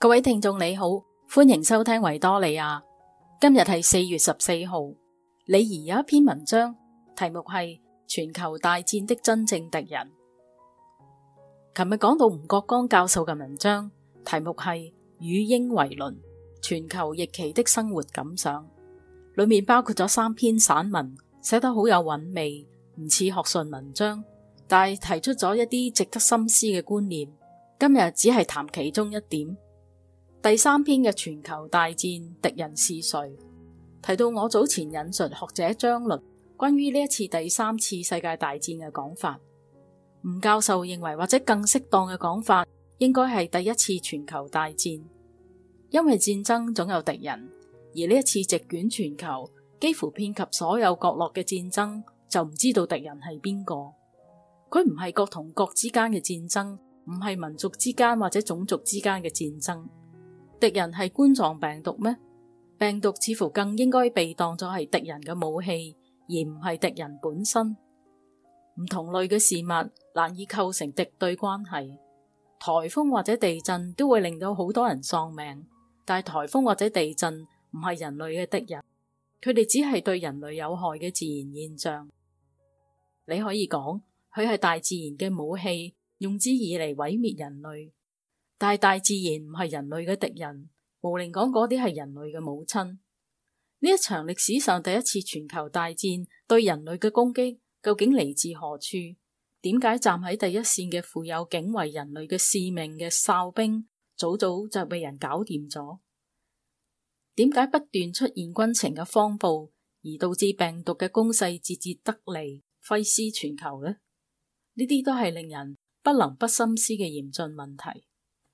各位聽眾你好，歡迎收聽維多利亞。今日係4月14號。李怡有一篇文章，題目係全球大戰的真正敵人。琴日講到吳國光教授嘅文章，題目係與鷹為鄰，全球疫期的生活感想，裏面包括咗3篇散文，寫得好有韻味，唔似學術文章，但係提出咗一啲值得深思嘅觀念。今日只係談其中一點。第3篇嘅全球大戰敵人是誰，提到我早前引述學者張律關於呢一次第3次世界大戰嘅講法。吳教授認為或者更適當嘅講法應該係第1次全球大戰，因為戰爭總有敵人，而呢一次席捲全球幾乎遍及所有角落嘅戰爭就唔知道敵人係邊個。佢唔係國同國之間嘅戰爭，唔係民族之間或者種族之間嘅戰爭。敵人係冠狀病毒咩？病毒似乎更應該被當作係敵人嘅武器，而唔係敵人本身。唔同類嘅事物難以構成敵對關係。颱風或者地震都會令到好多人喪命，但係颱風或者地震唔係人類嘅敵人，佢哋只係對人類有害嘅自然現象。你可以講佢係大自然嘅武器，用之以嚟毀滅人類。但係大自然唔係人類嘅敵人，無寧講嗰啲係人類嘅母親。呢一場歷史上第1次全球大戰對人類嘅攻擊究竟嚟自何處？點解站喺第一線嘅負有警衛人類嘅使命嘅哨兵早早就被人搞掂咗？點解不斷出現軍情嘅謊報，而導致病毒嘅攻勢節節得嚟，揮師全球呢？呢啲都係令人不能不深思嘅嚴峻問題。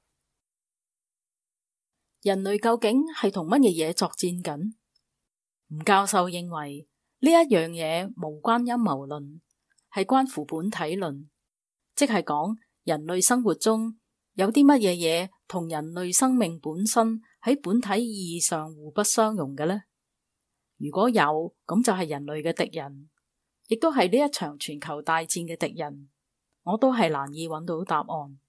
人類究竟係同乜嘢嘢作戰緊？吳教授認為呢一樣嘢無關陰謀論，係關乎本體論，即係講人類生活中有啲乜嘢嘢同人類生命本身喺本體意義上互不相容嘅呢？如果有，咁就係人類嘅敵人，亦都係呢一場全球大戰嘅敵人。我都係難以揾到答案。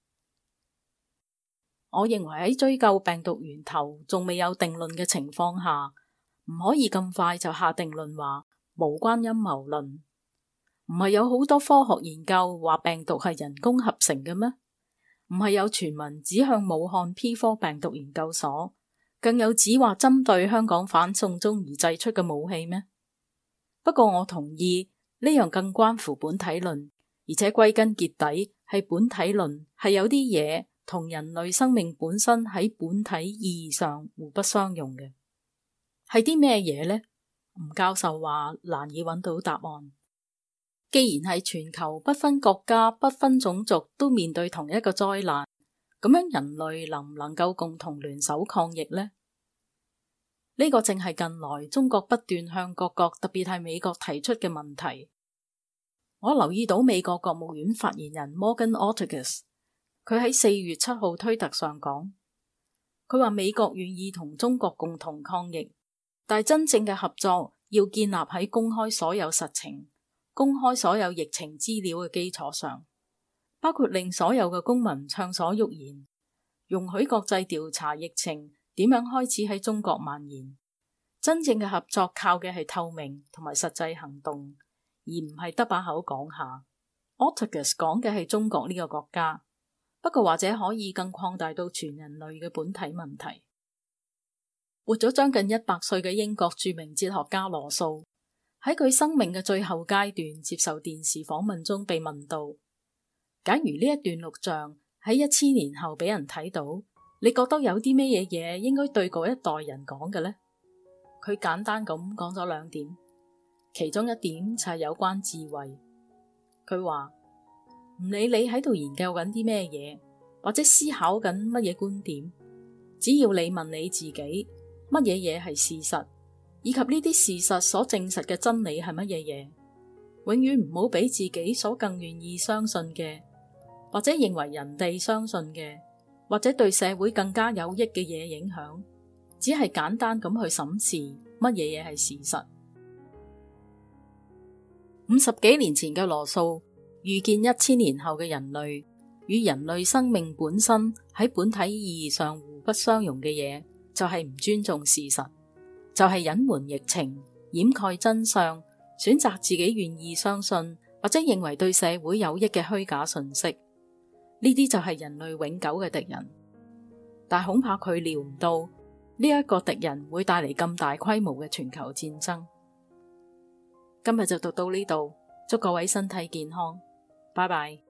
我認為喺追究病毒源頭仲未有定論嘅情況下，唔可以咁快就下定論話無關陰謀論。唔係有好多科學研究話病毒係人工合成嘅咩？唔係有傳聞指向武漢 P4 病毒研究所，更有指話針對香港反送中而製出嘅武器咩？不過我同意呢樣更關乎本體論，而且歸根結底係本體論係有啲嘢同人類生命本身喺本體意義上互不相容嘅。係啲咩嘢呢？吳教授話難以揾到答案。既然係全球不分國家不分種族都面對同一個災難，咁樣人類能唔能夠共同聯手抗疫呢？呢個正係近來中國不斷向各國，特別係美國提出嘅問題。我留意到美國國務院發言人 Morgan Ortagus，佢喺4月7號推特上講，佢話美國願意同中國共同抗疫，但係真正嘅合作要建立喺公開所有實情、公開所有疫情資料嘅基礎上，包括令所有嘅公民暢所欲言，容許國際調查疫情點樣開始喺中國蔓延。真正嘅合作靠嘅係透明同埋實際行動，而唔係得把口講下。Ortagus 講嘅係中國呢個國家，不過或者可以更擴大到全人類嘅本體問題。活咗將近100歲嘅英國著名哲學家羅素喺佢生命嘅最後階段接受電視訪問中被問到，假如呢一段錄像喺1000年後俾人睇到，你覺得有啲咩嘢應該對嗰一代人講嘅呢？佢簡單咁講咗2點，其中一點就係有關智慧。佢話唔理你喺度研究緊啲咩嘢，或者思考緊乜嘢觀點，只要你問你自己乜嘢嘢係事實，以及呢啲事實所證實嘅真理係乜嘢嘢，永遠唔好俾自己所更願意相信嘅，或者認為人哋相信嘅，或者對社會更加有益嘅嘢影響，只係簡單咁去審視乜嘢嘢係事實。50幾年前嘅羅素預見1000年後嘅人類與人類生命本身喺本體意義上互不相容嘅嘢，就係唔尊重事實，就係隱瞞疫情，掩蓋真相，選擇自己願意相信或者認為對社會有益嘅虛假信息。呢啲就係人類永久嘅敵人，但恐怕佢料唔到呢一個敵人會帶嚟咁大規模嘅全球戰爭。今日就讀到呢度，祝各位身體健康，拜拜。